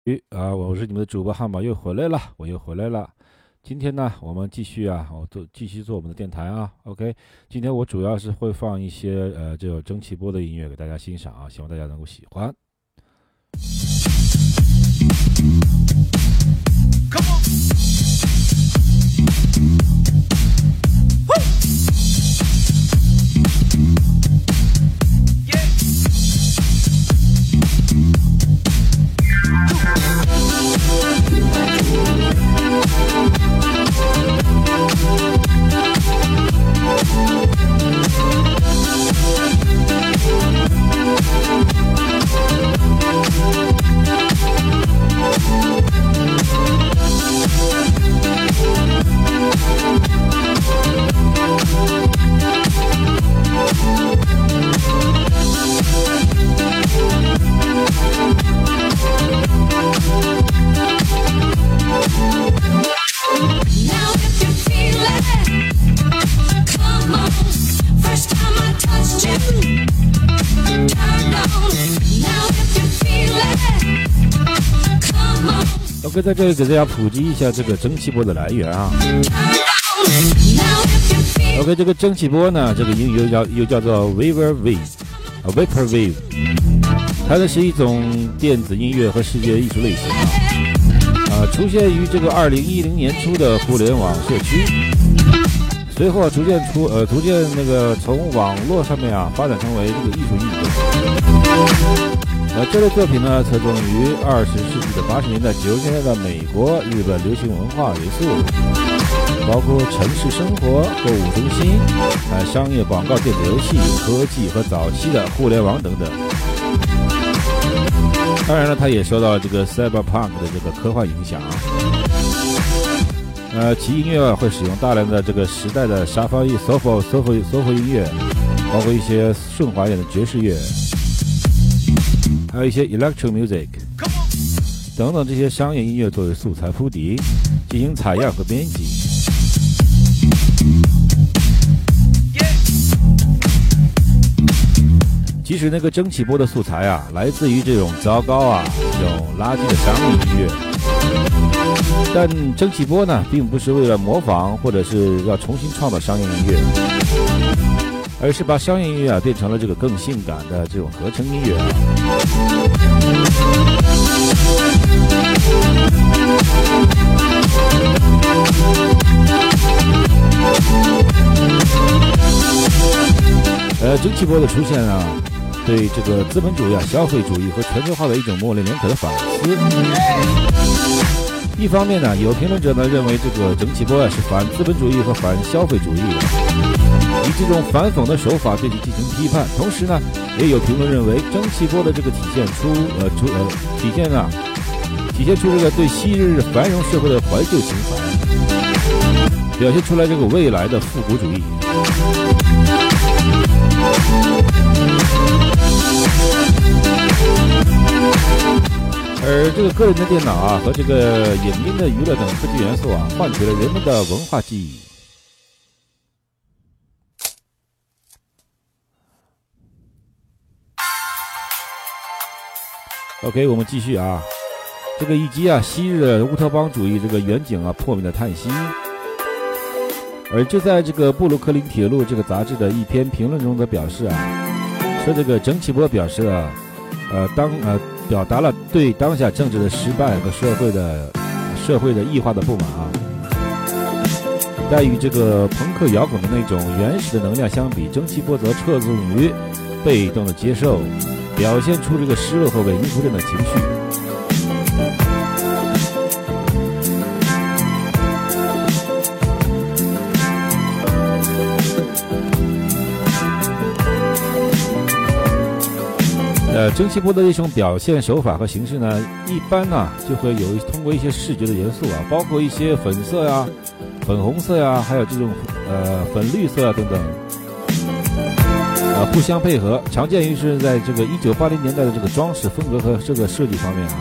我是你们的主播汉堡，又回来了。今天呢，我们继续继续做我们的电台啊。OK， 今天我主要是会放一些这种蒸汽波的音乐给大家欣赏啊，希望大家能够喜欢。Come on. OK， 在这里给大家普及一下这个蒸汽波的来源啊。OK， 这个蒸汽波呢，这个英语又叫做 Vapor Wave， 它呢是一种电子音乐和视觉艺术类型出现于这个2010年初的互联网社区，随后逐渐那个从网络上面发展成为这个艺术运动。这类作品呢，侧重于20世纪的80年代、90年代的美国、日本流行文化元素，包括城市生活、购物中心、商业广告、电子游戏、科技和早期的互联网等等。当然了，它也受到这个 Cyberpunk 的这个科幻影响其音乐会使用大量的这个时代的沙发音、sofa 音乐，包括一些顺滑一点的爵士乐。还有一些 electro music 等等这些商业音乐作为素材铺底，进行采样和编辑。即使那个蒸汽波的素材来自于这种糟糕这种垃圾的商业音乐，但蒸汽波呢，并不是为了模仿或者是要重新创造商业音乐，而是把商业音乐变成了这个更性感的这种合成音乐蒸汽波的出现对这个资本主义消费主义和全球化的一种模棱两可的反思。一方面呢，有评论者呢认为这个蒸汽波是反资本主义和反消费主义的，以这种反讽的手法对其进行批判。同时呢，也有评论认为蒸汽波的这个体现出这个对昔日繁荣社会的怀旧情怀，表现出来这个未来的复古主义。而这个个人的电脑和这个影音的娱乐等科技元素唤起了人们的文化记忆。OK， 我们继续这个以及昔日的乌托邦主义这个远景破灭的叹息。而就在这个布鲁克林铁路这个杂志的一篇评论中的表示说这个蒸汽波表示表达了对当下政治的失败和社会的异化的不满但与这个朋克摇滚的那种原始的能量相比，蒸汽波则侧重于被动的接受，表现出这个失落和萎靡不振的情绪。蒸汽波的一种表现手法和形式呢，一般就会通过一些视觉的元素包括一些粉色粉红色还有这种粉绿色等等互相配合，常见于是在这个1980年代的这个装饰风格和这个设计方面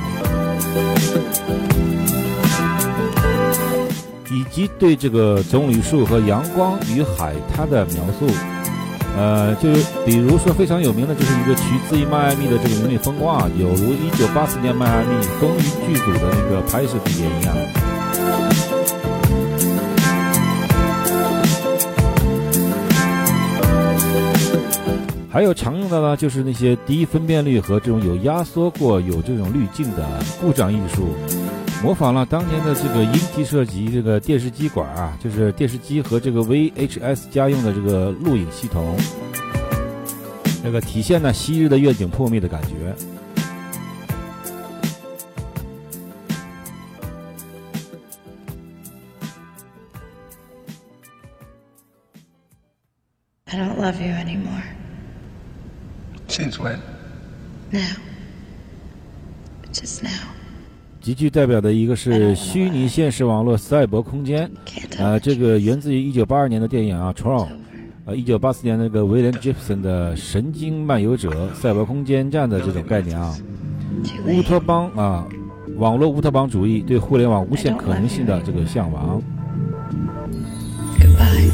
以及对这个棕榈树和阳光与海滩的描述。 就是比如说非常有名的就是一个取自于迈阿密的这个云里风光啊，有如1984年迈阿密风云剧组的那个拍摄地点一样。还有常用的呢，就是那些低分辨率和这种有压缩过、有这种滤镜的故障艺术，模仿了当年的这个音体设计这个电视机管啊，就是电视机和这个 VHS 家用的这个录影系统，这个体现了昔日的愿景破灭的感觉。 I don't love you anymore. Since when? Now. Just now. 极具代表的一个是虚拟现实网络赛博空间，这个源自于1982年的电影啊 Tron， 1984年那个威廉 Gibson 的神经漫游者赛博空间站的这种概念啊，乌托邦啊，网络乌托邦主义对互联网无限可能性的这个向往。 Goodbye.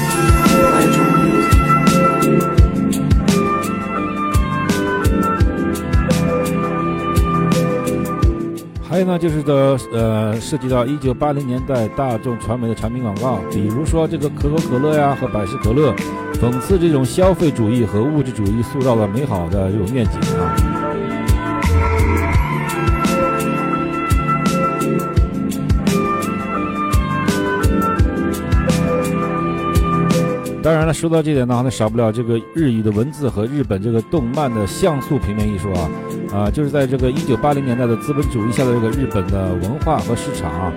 还有呢，就是涉及到1980年代大众传媒的产品广告，比如说这个可口可乐呀和百事可乐，讽刺这种消费主义和物质主义塑造了美好的这种愿景啊。当然了，说到这点呢，那少不了这个日语的文字和日本这个动漫的像素平面艺术啊，就是在这个1980年代的资本主义下的这个日本的文化和市场啊。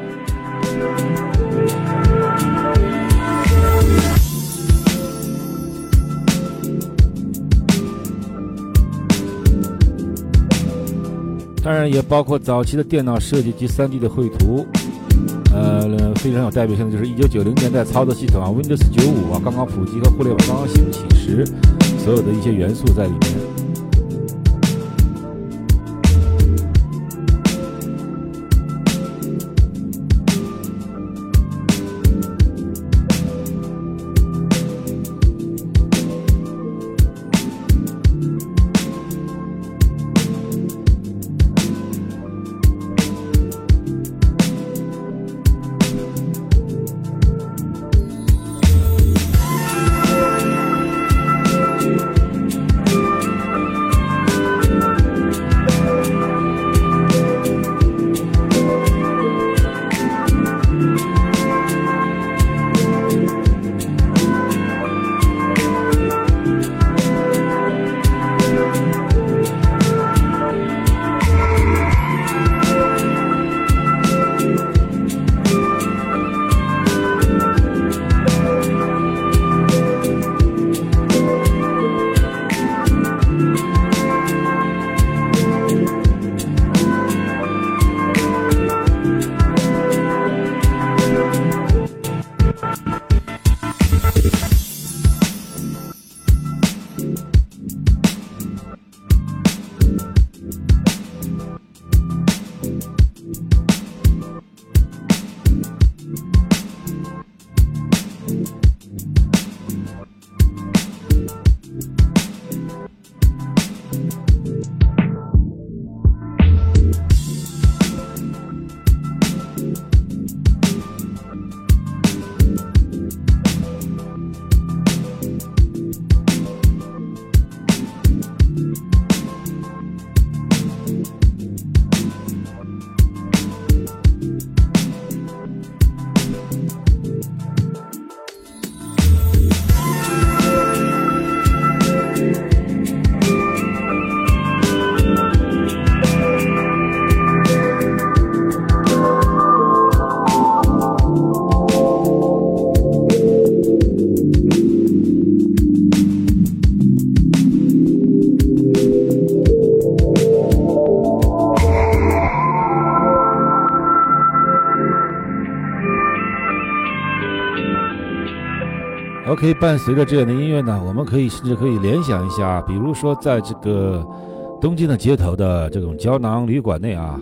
当然也包括早期的电脑设计及 3D 的绘图。非常有代表性的就是1990年代操作系统啊 Windows 95啊刚刚普及和互联网刚刚兴起时，所有的一些元素在里面。OK， 伴随着这样的音乐呢，我们甚至可以联想一下，比如说在这个东京的街头的这种胶囊旅馆内啊，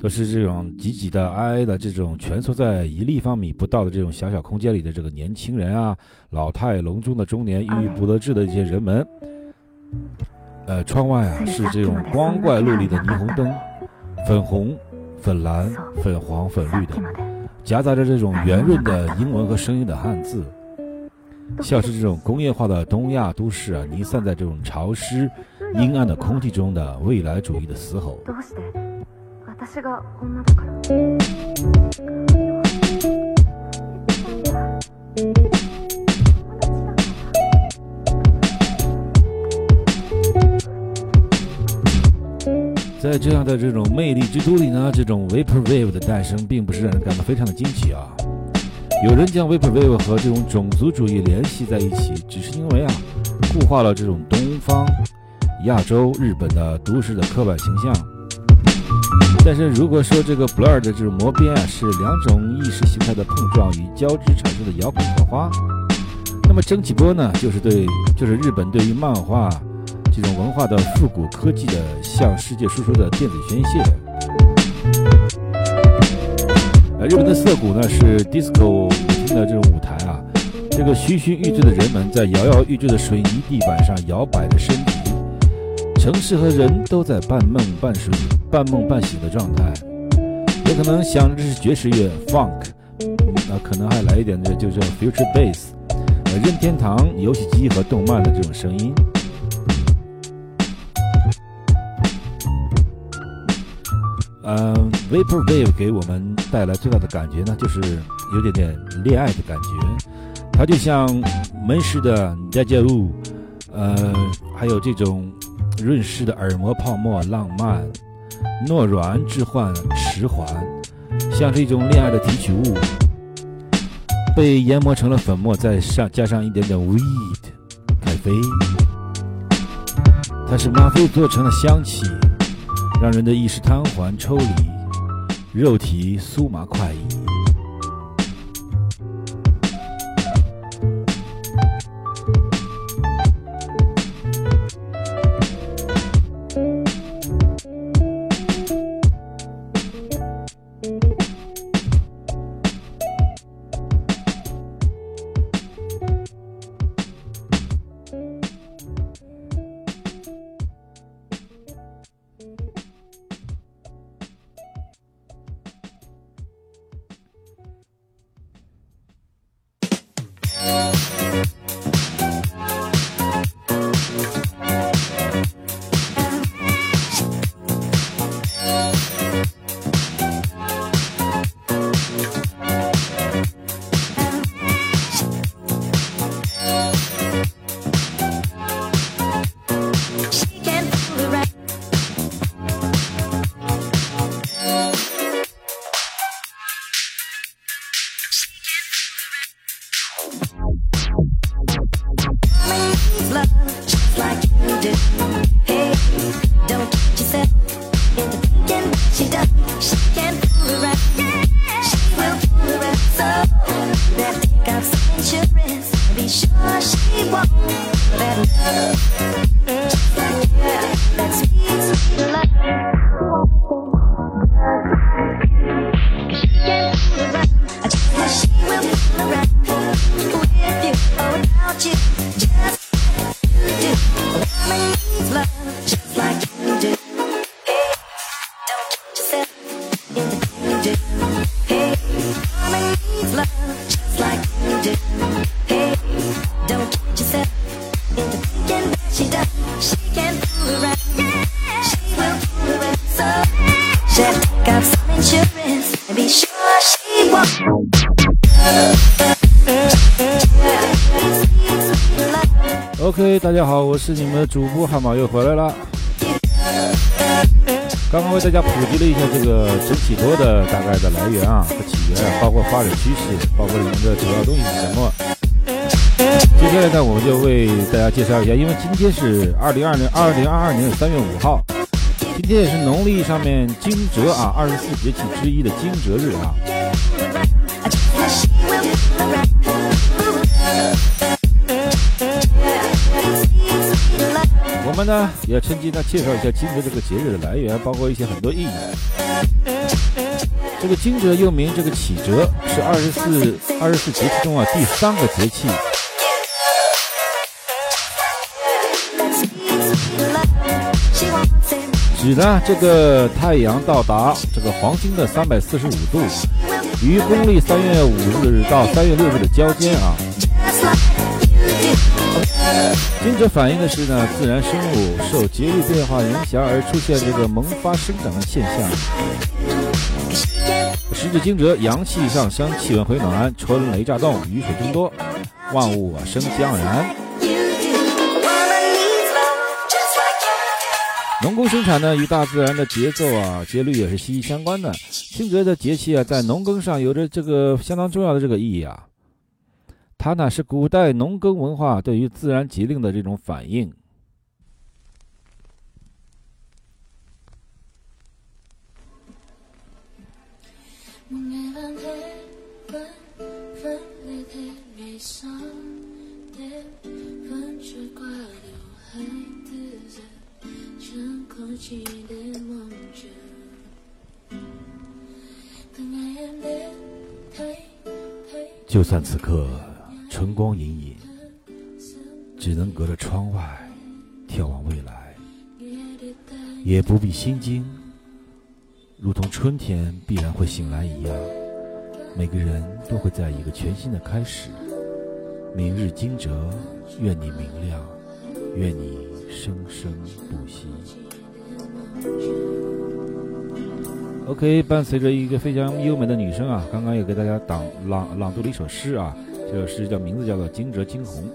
都是这种挤挤的、挨挨的这种蜷缩在1立方米不到的这种小小空间里的这个年轻人啊，老态龙钟的中年、郁郁不得志的一些人们。窗外啊是这种光怪陆离的霓虹灯，粉红、粉蓝、粉黄、粉绿的，夹杂着这种圆润的英文和声音的汉字，像是这种工业化的东亚都市啊，弥散在这种潮湿、阴暗的空气中的未来主义的嘶吼。在这样的这种魅力之都里呢，这种 Vaporwave 的诞生并不是让人感到非常的惊奇啊。有人将 Vaporwave 和这种种族主义联系在一起，只是因为啊，固化了这种东方、亚洲、日本的都市的刻板形象。但是如果说这个 Blur 的这种磨边啊，是两种意识形态的碰撞与交织产生的摇滚火花，那么蒸汽波呢，就是日本对于漫画这种文化的复古科技的向世界输出的电子宣泄。日本的涩谷呢是 disco 舞厅的这种舞台啊，这个醺醺欲醉的人们在摇摇欲坠的水泥地板上摇摆着身体，城市和人都在半梦半醒的状态。有可能想着这是爵士乐 funk， 可能还来一点的就是 future bass， 任天堂游戏机和动漫的这种声音。Vaporwave 给我们带来最大的感觉呢，就是有点恋爱的感觉。它就像闷湿的 déjà vu， 还有这种润湿的耳膜泡沫，浪漫、糯软、置换、迟缓，像是一种恋爱的提取物，被研磨成了粉末，再加上一点点 weed 咖啡，它是吗啡做成了香气，让人的意识瘫痪抽离，肉体酥麻快意。OK， 大家好，我是你们的主播汉堡又回来了。刚刚为大家普及了一下这个蒸汽波的大概的来源啊和起源啊，包括发展趋势，包括里面的主要东西是什么。接下来呢，我们就为大家介绍一下，因为今天是2022年3月5号，今天也是农历上面惊蛰啊24节气之一的惊蛰日啊。我们呢也趁机呢介绍一下惊蛰这个节日的来源，包括一些很多意义。 这个惊蛰又名这个启蛰，是24节气中啊第3个节气。指呢这个太阳到达这个黄金的345度，于公历3月5日到3月6日的交间啊。惊蛰反映的是呢自然生物受节律变化影响而出现这个萌发生长的现象。时至惊蛰，阳气上升，气温回暖，春雷乍动，雨水增多，万物生机盎然。农耕生产呢，与大自然的节奏啊、节律也是息息相关的。惊蛰的节气啊，在农耕上有着这个相当重要的这个意义啊。它呢是古代农耕文化对于自然节令的这种反应。就算此刻春光隐隐，只能隔着窗外眺望未来，也不必心惊，如同春天必然会醒来一样，每个人都会在一个全新的开始。明日惊蛰，愿你明亮，愿你生生不息。OK， 伴随着一个非常优美的女声啊，刚刚也给大家朗读了一首诗啊，这首诗名字叫做《惊蛰惊鸿》。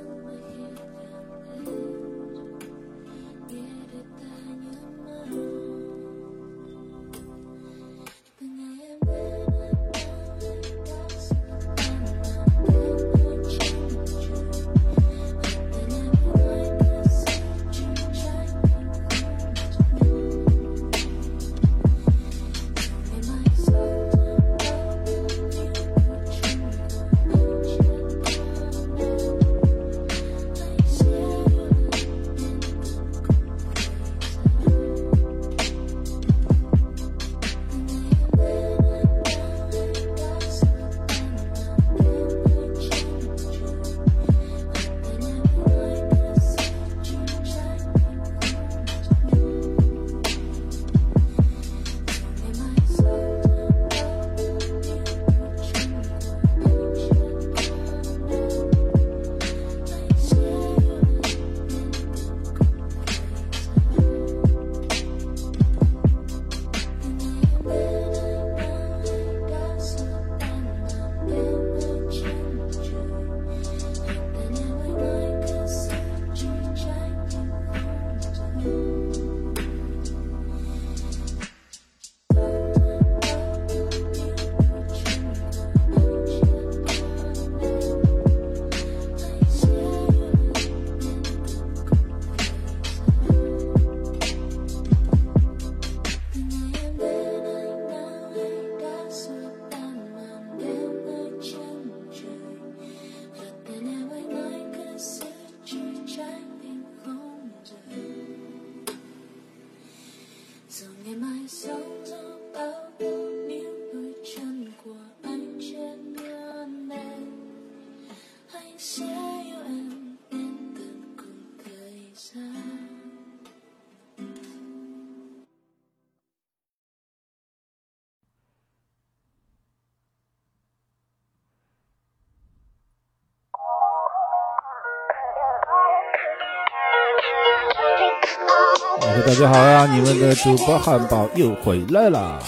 大家好呀，你们的主播汉堡又回来了。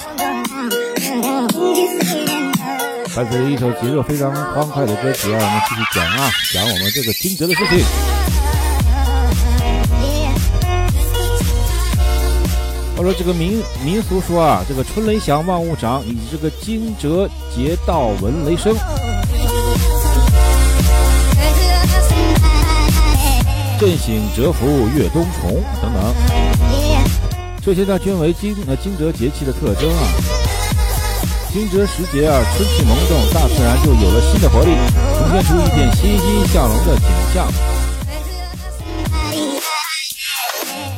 伴随着一首节奏非常欢快的歌曲啊，我们继续讲我们这个惊蛰的事情。我说这个民俗说啊，这个春雷响万物长，以及这个惊蛰节到闻雷声，震醒蛰伏跃冬虫等等，这些呢均为惊蛰节气的特征啊。惊蛰时节啊，春气萌动，大自然就有了新的活力，呈现出一片欣欣向荣的景象。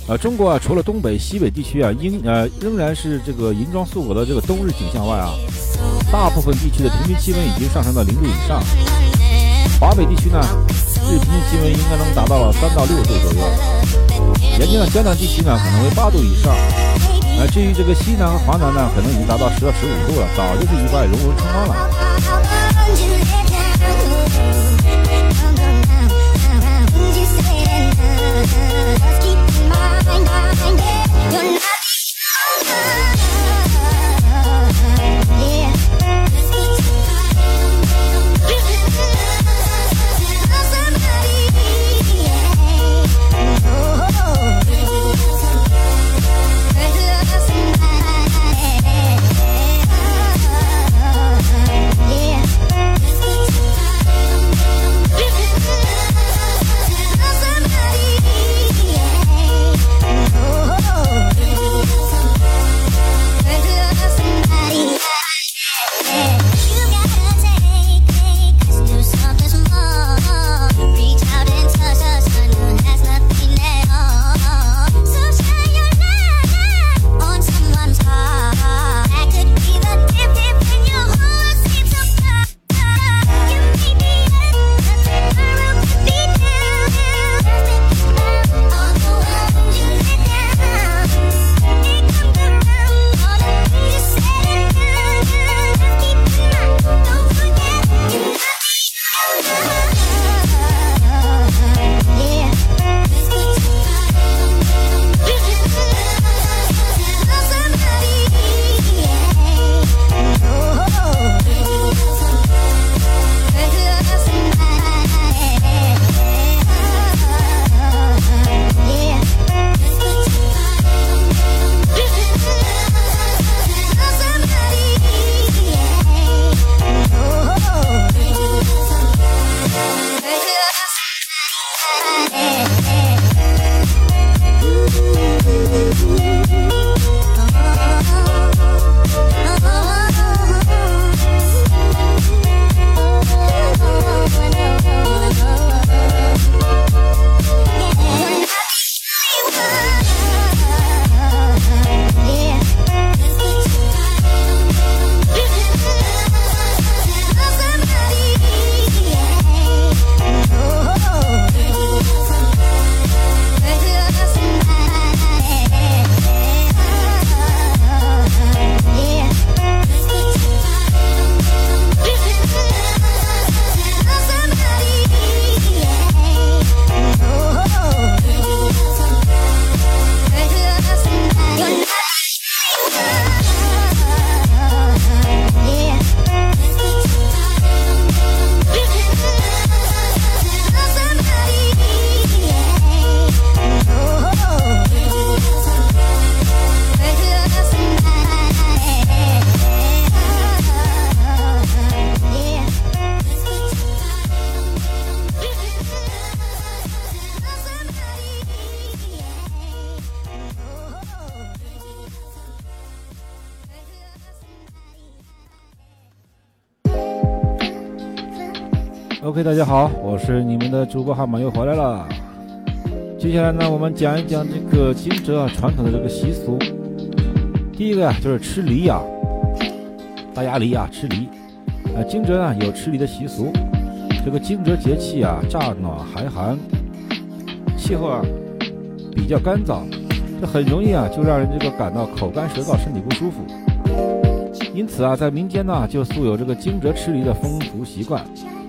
中国啊，除了东北、西北地区啊，仍然是这个银装素裹的这个冬日景象外啊，大部分地区的平均气温已经上升到0度以上。华北地区呢，日平均气温应该能达到3到6度左右。沿江的江南地区呢，可能为8度以上。至于这个西南和华南呢，可能已经达到10到15度了，早就是一派融融春光了。OK， 大家好，我是你们的主播蛤蟆又回来了。接下来呢，我们讲一讲这个惊蛰传统的这个习俗。第一个就是吃梨啊，大鸭梨啊，吃梨。惊蛰呢有吃梨的习俗。这个惊蛰节气啊，乍暖还寒，气候啊比较干燥，这很容易啊就让人这个感到口干舌燥，身体不舒服。因此啊，在民间呢就素有这个惊蛰吃梨的风俗习惯。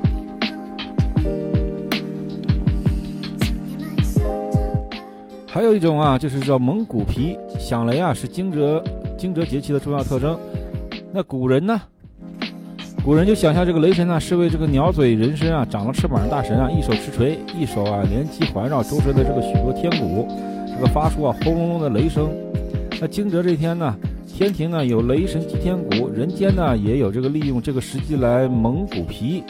还有一种啊，就是叫蒙古皮。响雷啊，是惊蛰节气的重要特征。那古人就想象这个雷神是为这个鸟嘴人身啊，长了翅膀的大神啊，一手持锤，一手连击环绕周身的这个许多天鼓，这个发出轰隆隆的雷声。那惊蛰这天呢，天庭呢有雷神击天鼓，人间呢也有这个利用这个时机来蒙古皮。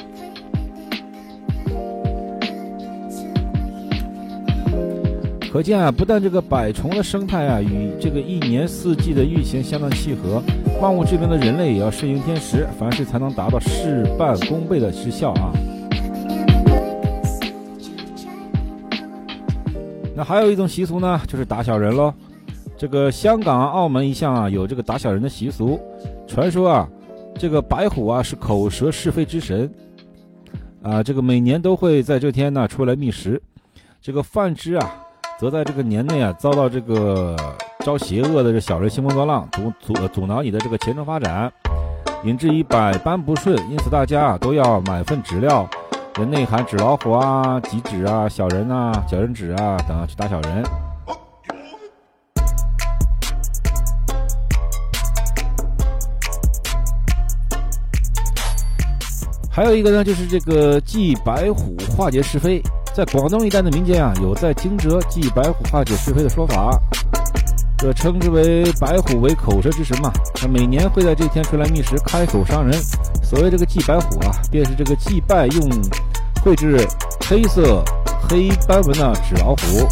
可见啊，不但这个百虫的生态与这个一年四季的运行相当契合，万物之灵的人类也要顺应天时，凡事才能达到事半功倍的之效啊。 那还有一种习俗呢，就是打小人咯。这个香港、澳门一向有这个打小人的习俗。传说这个白虎是口舌是非之神这个每年都会在这天呢出来觅食。这个范之则在这个年内遭到这个招邪恶的这小人兴风作浪，阻挠你的这个前程发展，引致于百般不顺。因此大家都要买份纸料，内含纸老虎吉纸小人小人纸等去打小人。还有一个呢，就是这个祭白虎化解是非。在广东一带的民间有在惊蛰祭白虎化解是非的说法，这称之为白虎为口舌之神嘛。那每年会在这天出来觅食，开口伤人。所谓这个祭白虎便是这个祭拜用绘制黑色黑斑纹的纸老虎。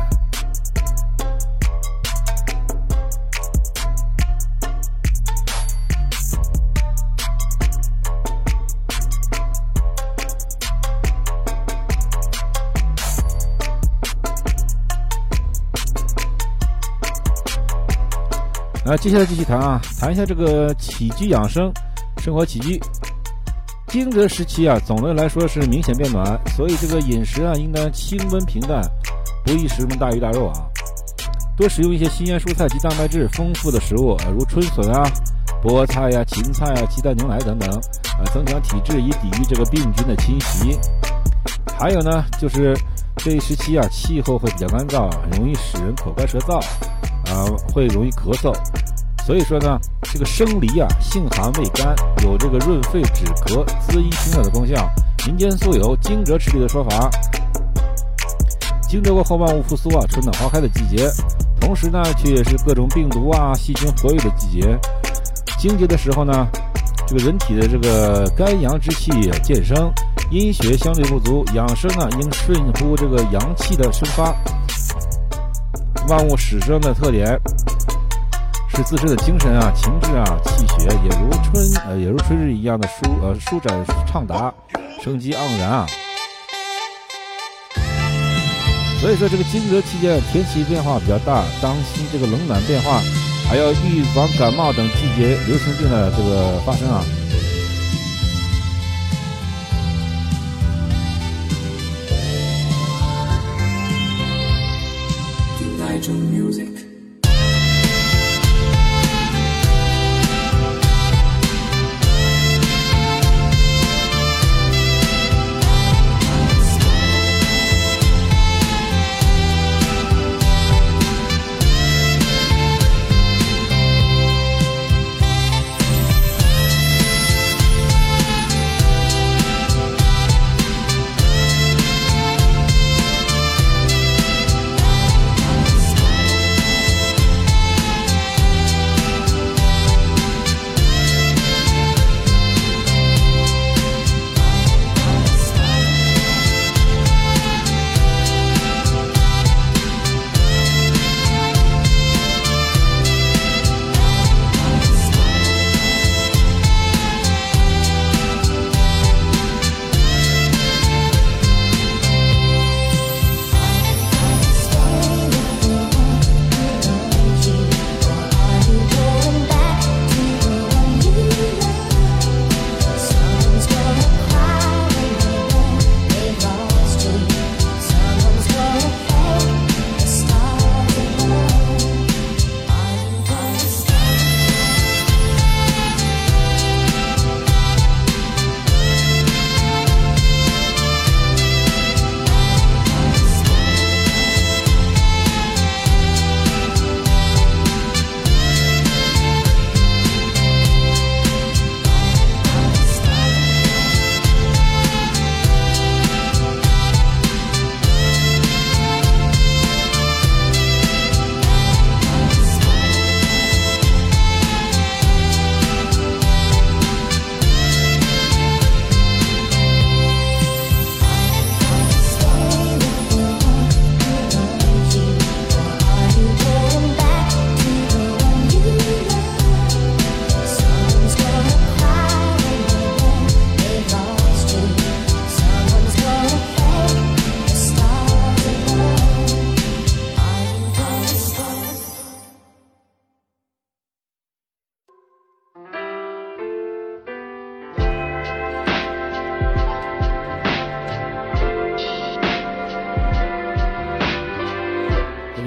接下来继续谈一下这个起居养生，生活起居。惊蛰时期总的来说是明显变暖，所以这个饮食应当清温平淡，不宜食什么大鱼大肉多使用一些新鲜蔬菜及蛋白质丰富的食物，如春笋菠菜芹菜鸡蛋牛奶等等增强体质，以抵御这个病菌的侵袭。还有呢，就是这一时期气候会比较干燥，容易使人口干舌燥会容易咳嗽。所以说呢，这个生梨性寒味甘，有这个润肺止咳滋阴清热的功效。民间素有惊蛰吃梨的说法。惊蛰过后万物复苏春暖花开的季节，同时呢却也是各种病毒细菌活跃的季节。惊蛰的时候呢，这个人体的这个肝阳之气渐生，阴血相对不足，养生应顺乎这个阳气的生发。万物始生的特点是自身的精神情志气血也如春日一样的舒展畅达，生机盎然所以说这个惊蛰期间天气变化比较大，当心这个冷暖变化，还要预防感冒等季节流行病的这个发生 Music.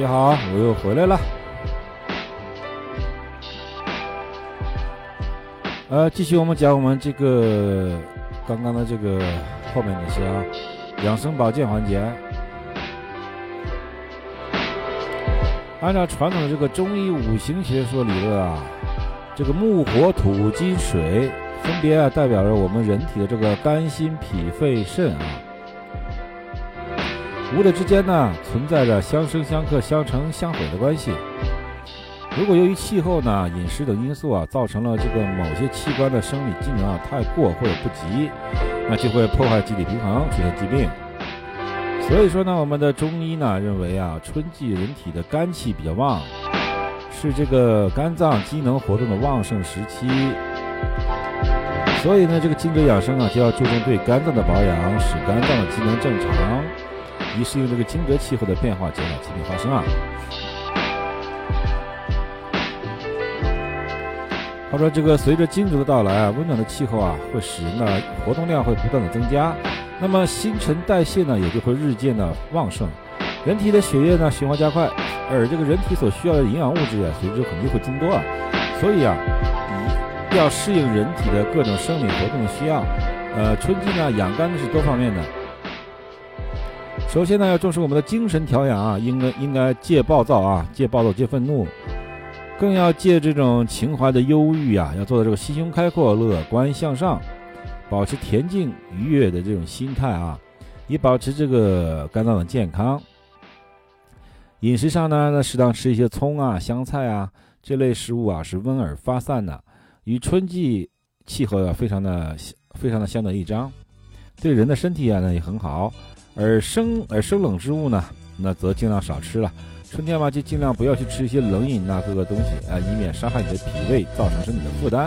家好，我又回来了。继续我们讲我们这个刚刚的这个后面那些养生保健环节。按照传统的这个中医五行学说理论啊，这个木火土金水分别代表着我们人体的这个肝心脾肺肾啊，五者之间呢存在着相生相克相成相毁的关系。如果由于气候呢饮食等因素啊造成了这个某些器官的生理机能太过或者不及，那就会破坏机体平衡，出现疾病。所以说呢，我们的中医呢认为春季人体的肝气比较旺，是这个肝脏机能活动的旺盛时期。所以呢，这个精者养生就要注重对肝脏的保养，使肝脏的机能正常，以适应这个惊蛰气候的变化，减少疾病发生他说这个随着惊蛰的到来温暖的气候会使人的活动量会不断的增加，那么新陈代谢呢也就会日渐的旺盛，人体的血液呢循环加快，而这个人体所需要的营养物质随之肯定会增多所以要适应人体的各种生理活动的需要。春季呢养肝是多方面的。首先呢要重视我们的精神调养应该戒暴躁戒暴躁戒愤怒，更要戒这种情怀的忧郁要做到这个心胸开阔乐观向上，保持恬静愉悦的这种心态以保持这个肝脏的健康。饮食上呢适当吃一些葱香菜这类食物是温而发散的，与春季气候非常的相得益彰，对人的身体呢也很好。而生冷之物呢，那则尽量少吃了。春天就尽量不要去吃一些冷饮各个东西以免伤害你的脾胃，造成身体的负担。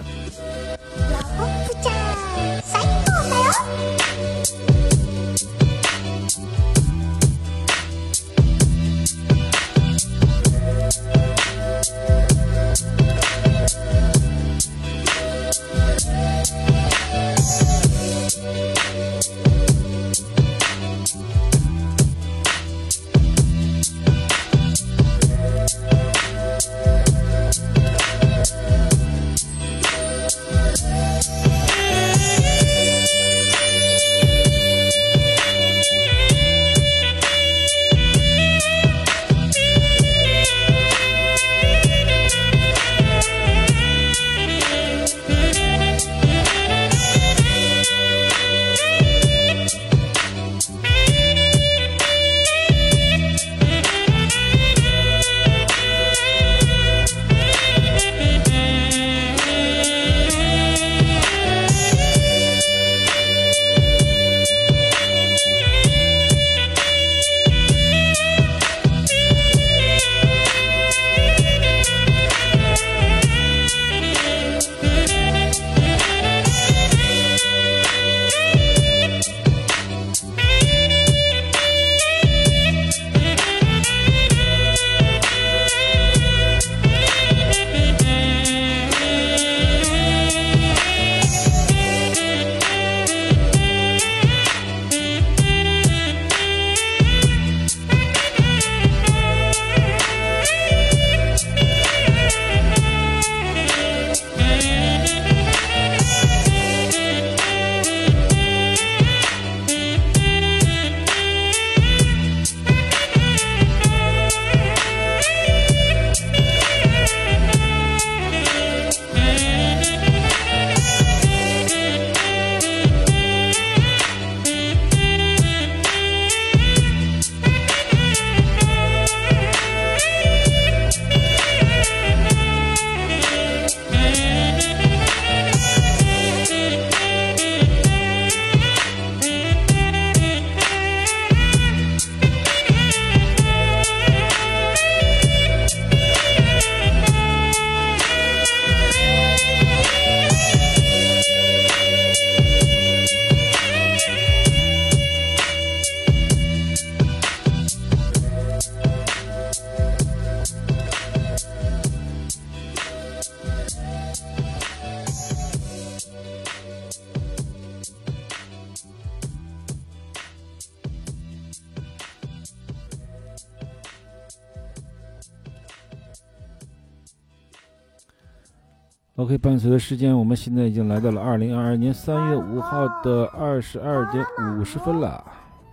OK， 伴随着时间，我们现在已经来到了2022年3月5号的22点50分了。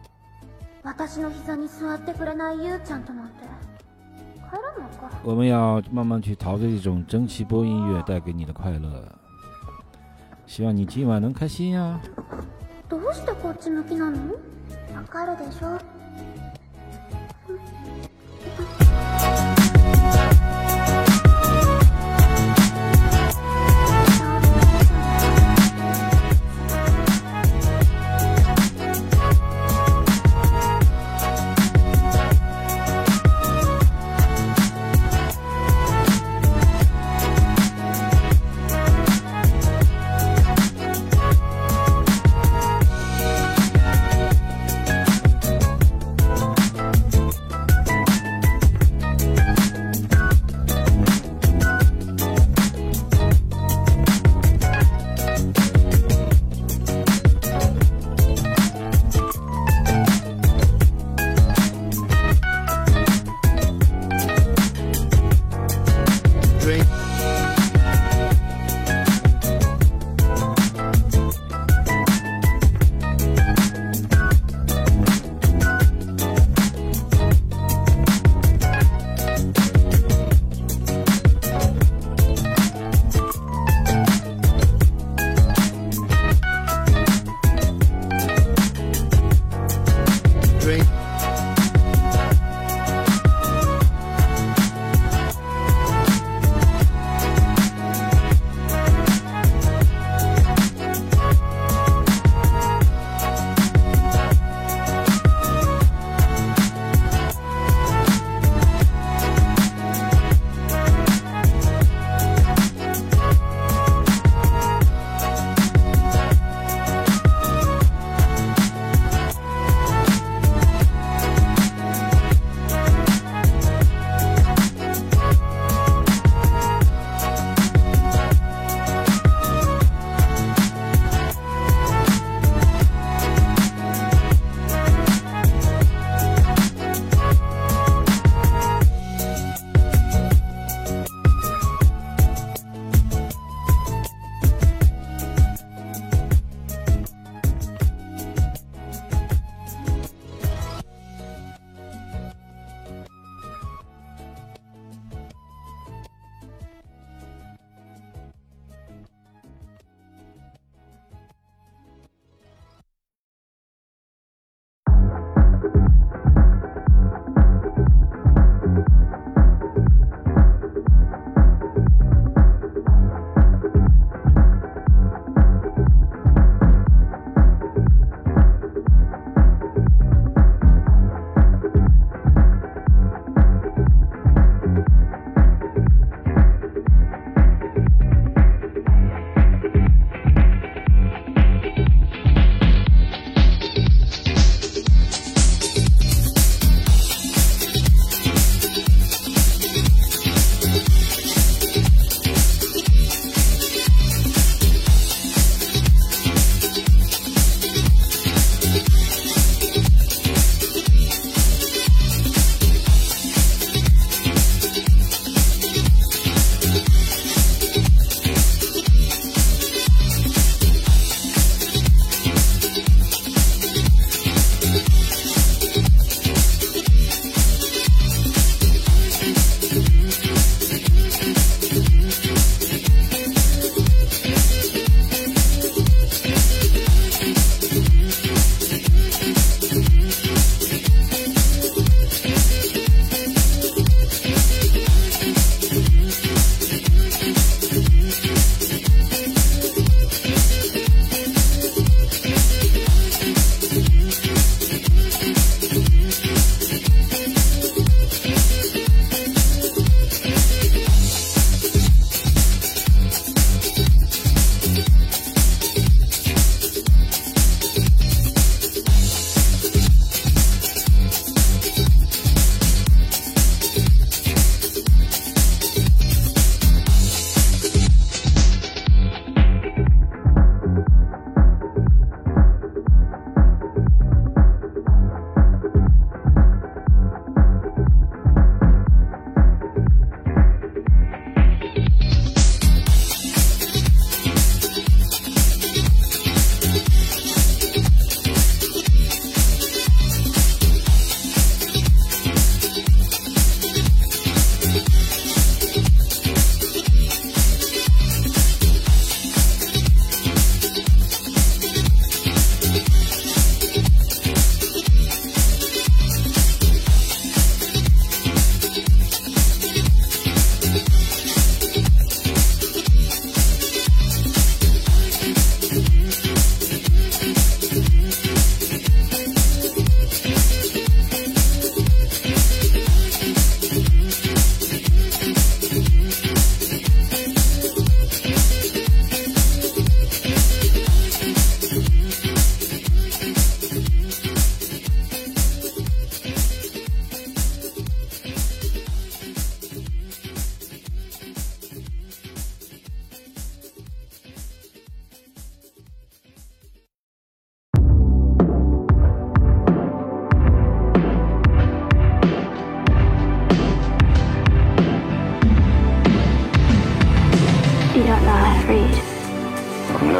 我们要慢慢去陶醉这种蒸汽波音乐带给你的快乐，希望你今晚能开心呀。 どうしてこっち向きなの？わかるでしょ？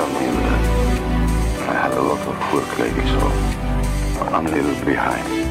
Well, Hilda, I had a lot of work lately, so I'm a little behind.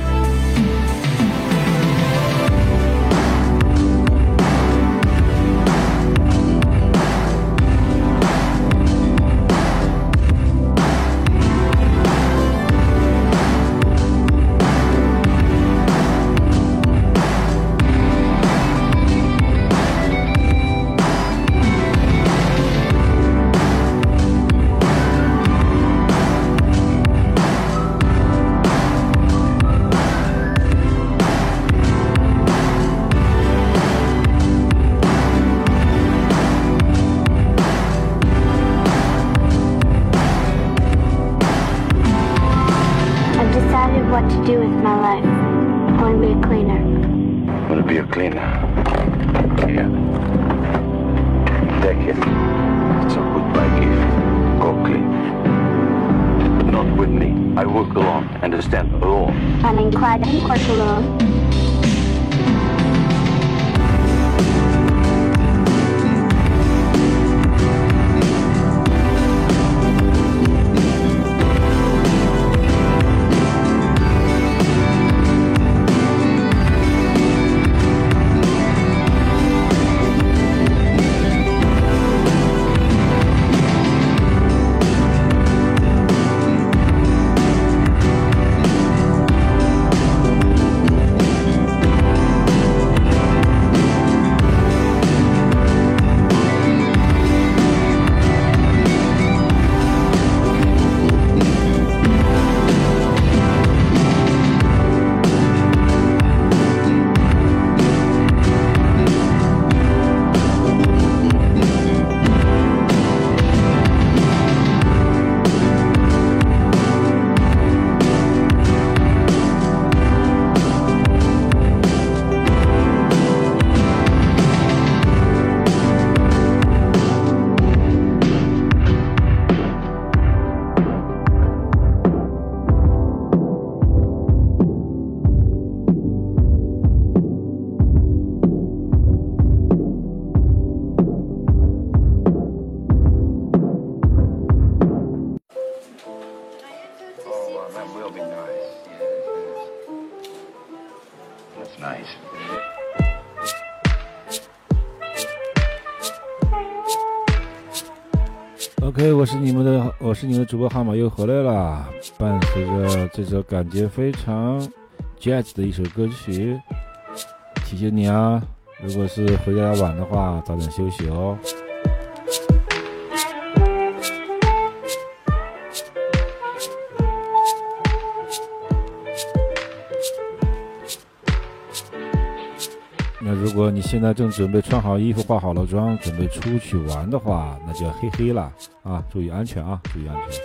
What to do with my life. I want to be a cleaner. Want to be a cleaner? Yeah. Take it. It's a goodbye gift. Go clean. But not with me. I work alone. Understand? Alone. I'm inclined to work alone. OK， 我是你们的主播汉马又回来了，伴随着这首感觉非常 jazz 的一首歌曲，提醒你啊，如果是回家晚的话，早点休息哦。那如果你现在正准备穿好衣服、化好了妆，准备出去玩的话，那就要嘿嘿了啊！注意安全啊！注意安全。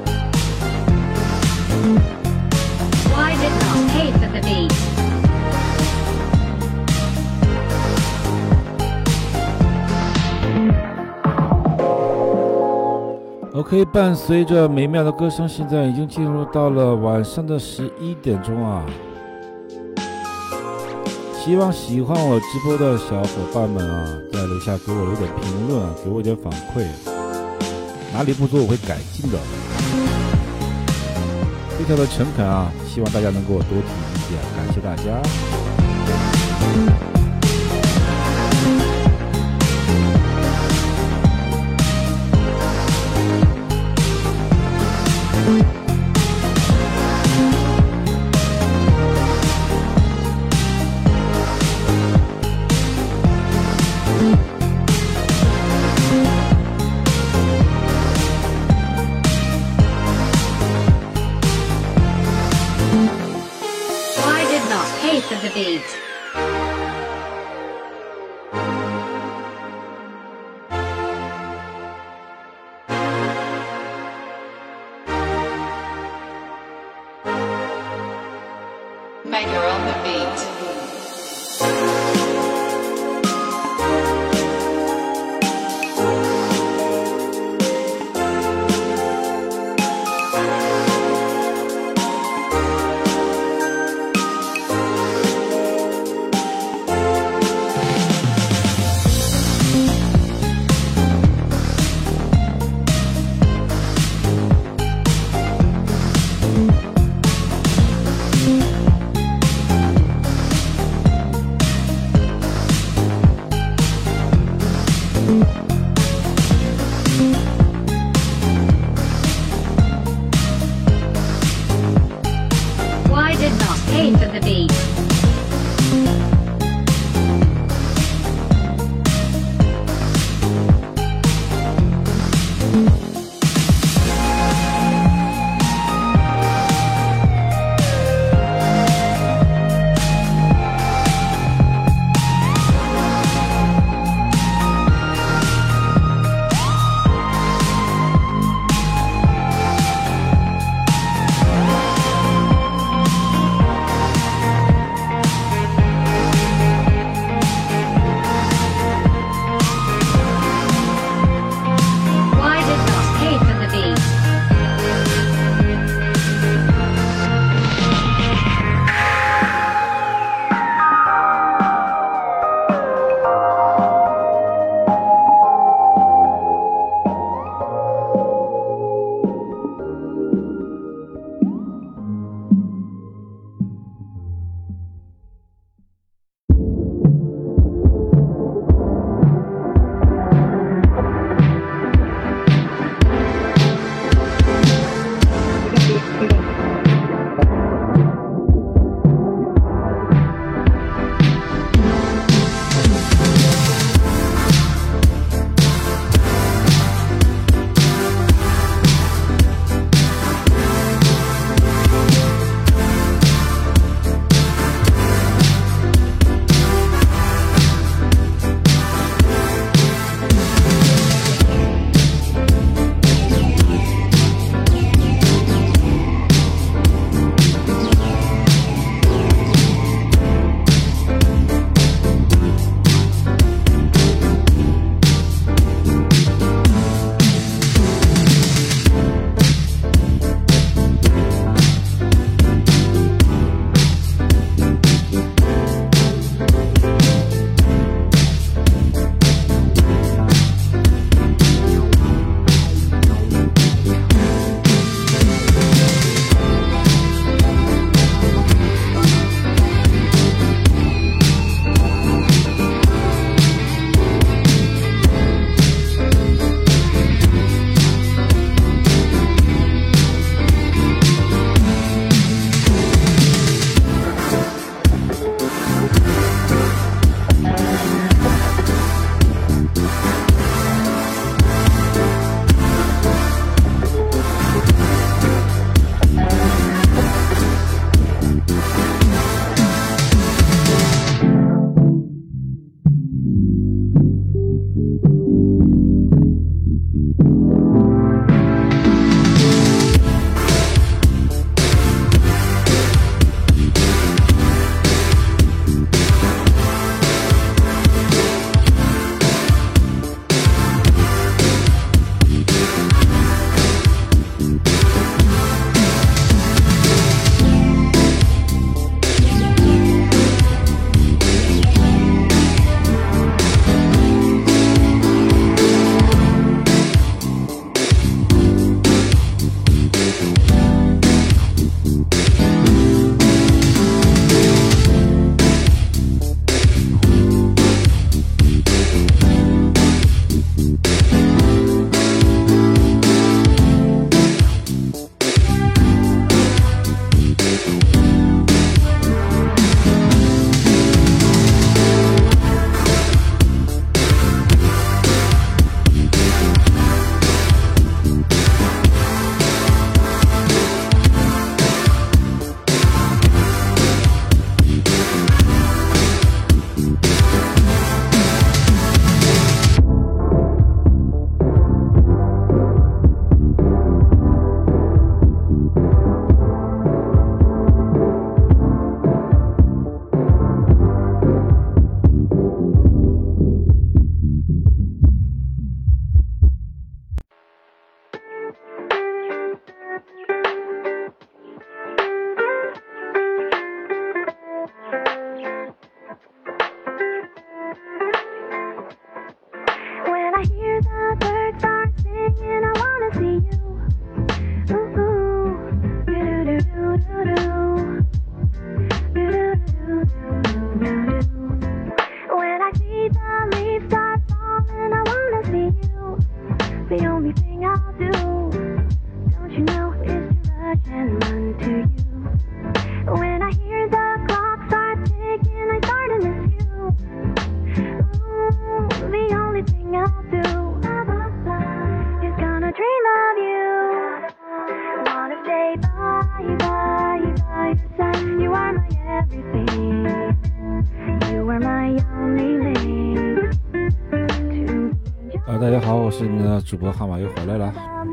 Why did not pay for the beat? OK， 伴随着美妙的歌声，现在已经进入到了晚上的11点钟啊。希望喜欢我直播的小伙伴们啊，在留下给我一点评论啊，给我一点反馈，哪里不足我会改进的。非常的诚恳啊，希望大家能给我多提意见，感谢大家。 The beat. Maker on the beat. 大家好，我是你们的主播哈马又回来了。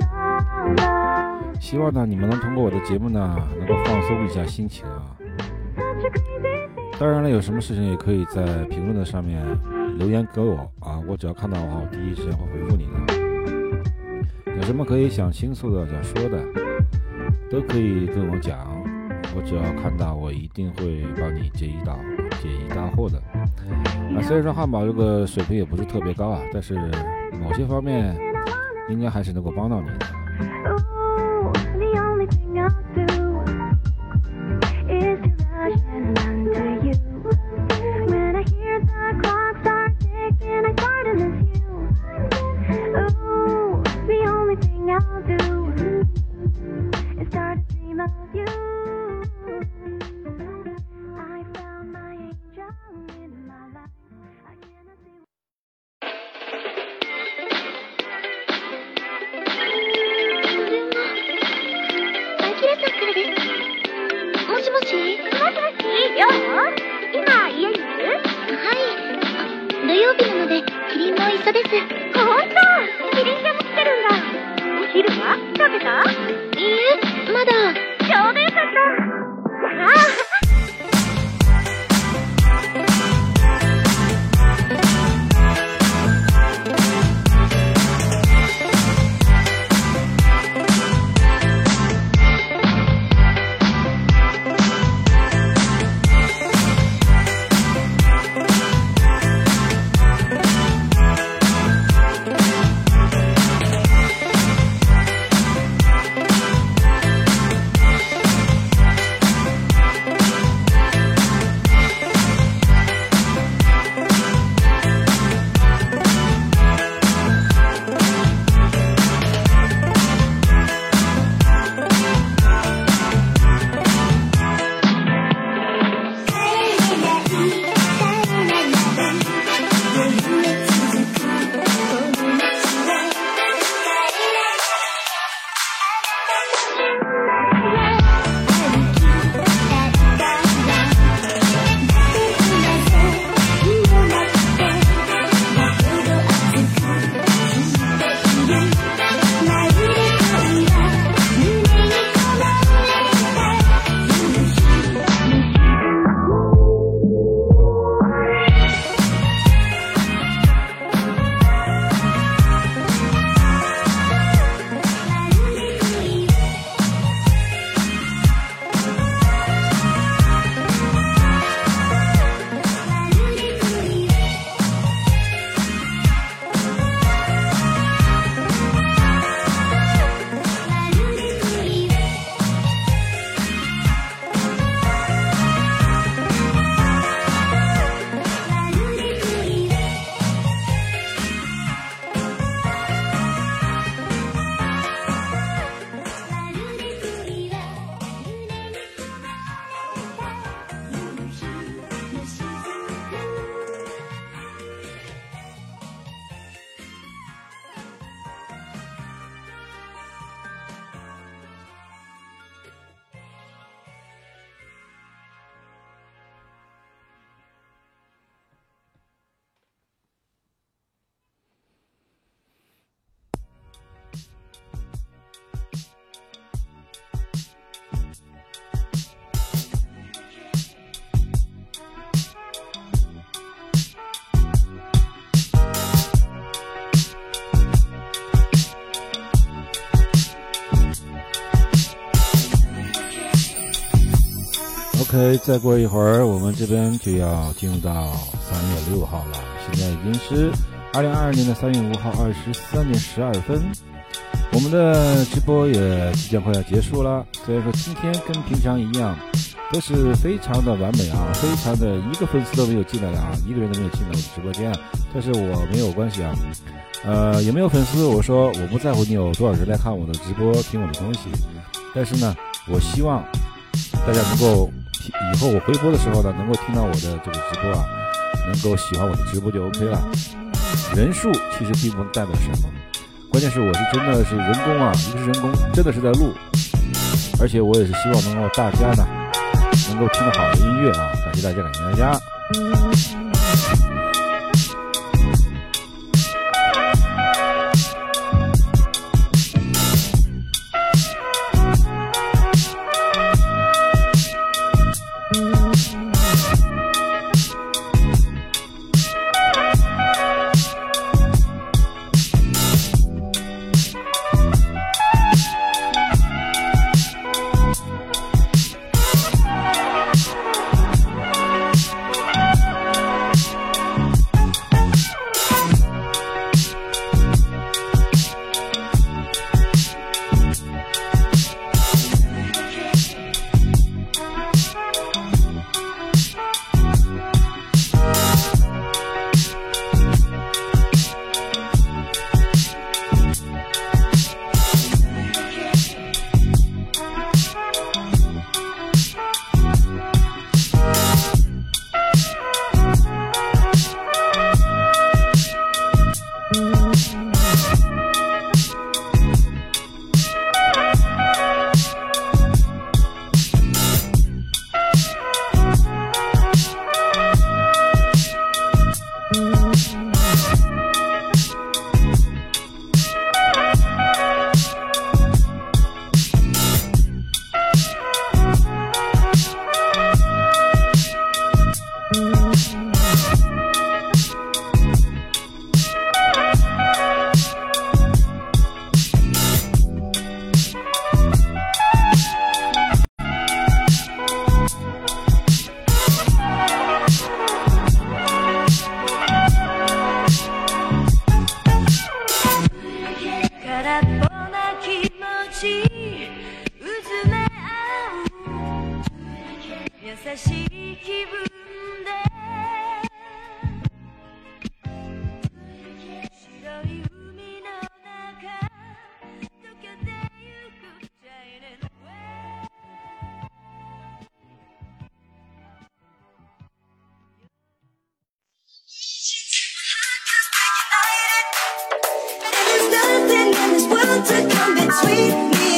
希望呢你们能通过我的节目呢能够放松一下心情啊。当然了，有什么事情也可以在评论的上面留言给我啊，我只要看到的话，我第一时间会回复你的。有什么可以想倾诉的、想说的，都可以跟我讲，我只要看到，我一定会帮你解一大惑的。虽然说汉堡这个水平也不是特别高啊，但是某些方面应该还是能够帮到你的。OK， 再过一会儿，我们这边就要进入到3月6号了。现在已经是2022年的3月5号23点12分，我们的直播也即将快要结束了。虽然说今天跟平常一样，都是非常的完美啊，非常的一个粉丝都没有进来的啊，一个人都没有进来我的直播间啊。但是我没有关系啊，有没有粉丝？我说我不在乎你有多少人来看我的直播，听我的东西。但是呢， 我希望大家能够以后我回播的时候呢，能够听到我的这个直播啊，能够喜欢我的直播就 OK 了。人数其实并不代表什么，关键是我是真的是人工啊，一个是人工，真的是在录，而且我也是希望能够大家呢能够听到好的音乐啊，感谢大家，感谢大家。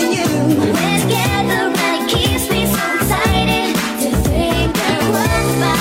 We're together and it keeps me so excited to think that we're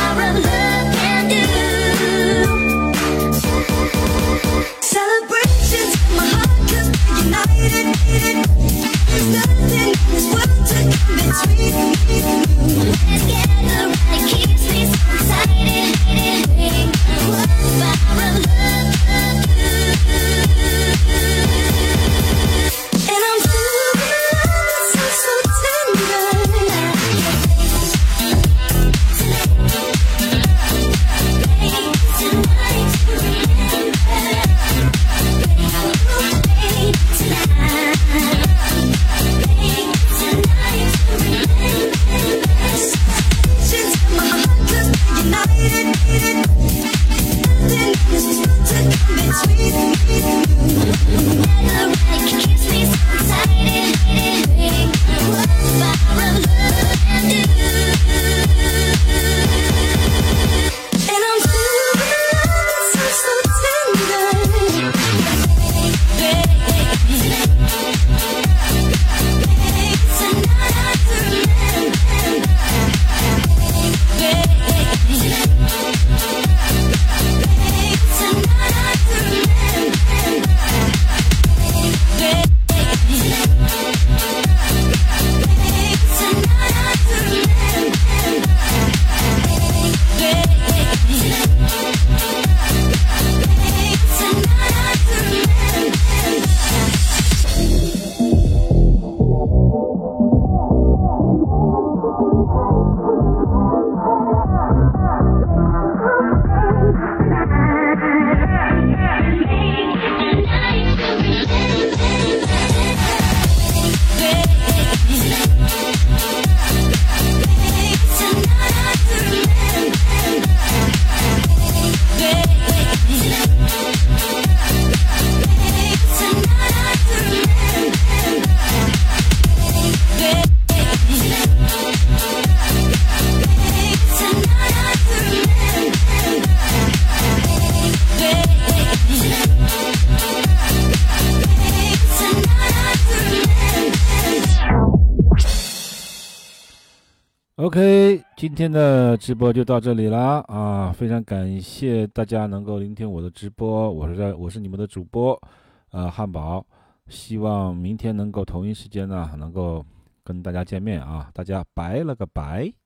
OK， 今天的直播就到这里啦啊！非常感谢大家能够聆听我的直播，我是你们的主播汉堡，希望明天能够同一时间呢能够跟大家见面啊！大家拜了个拜。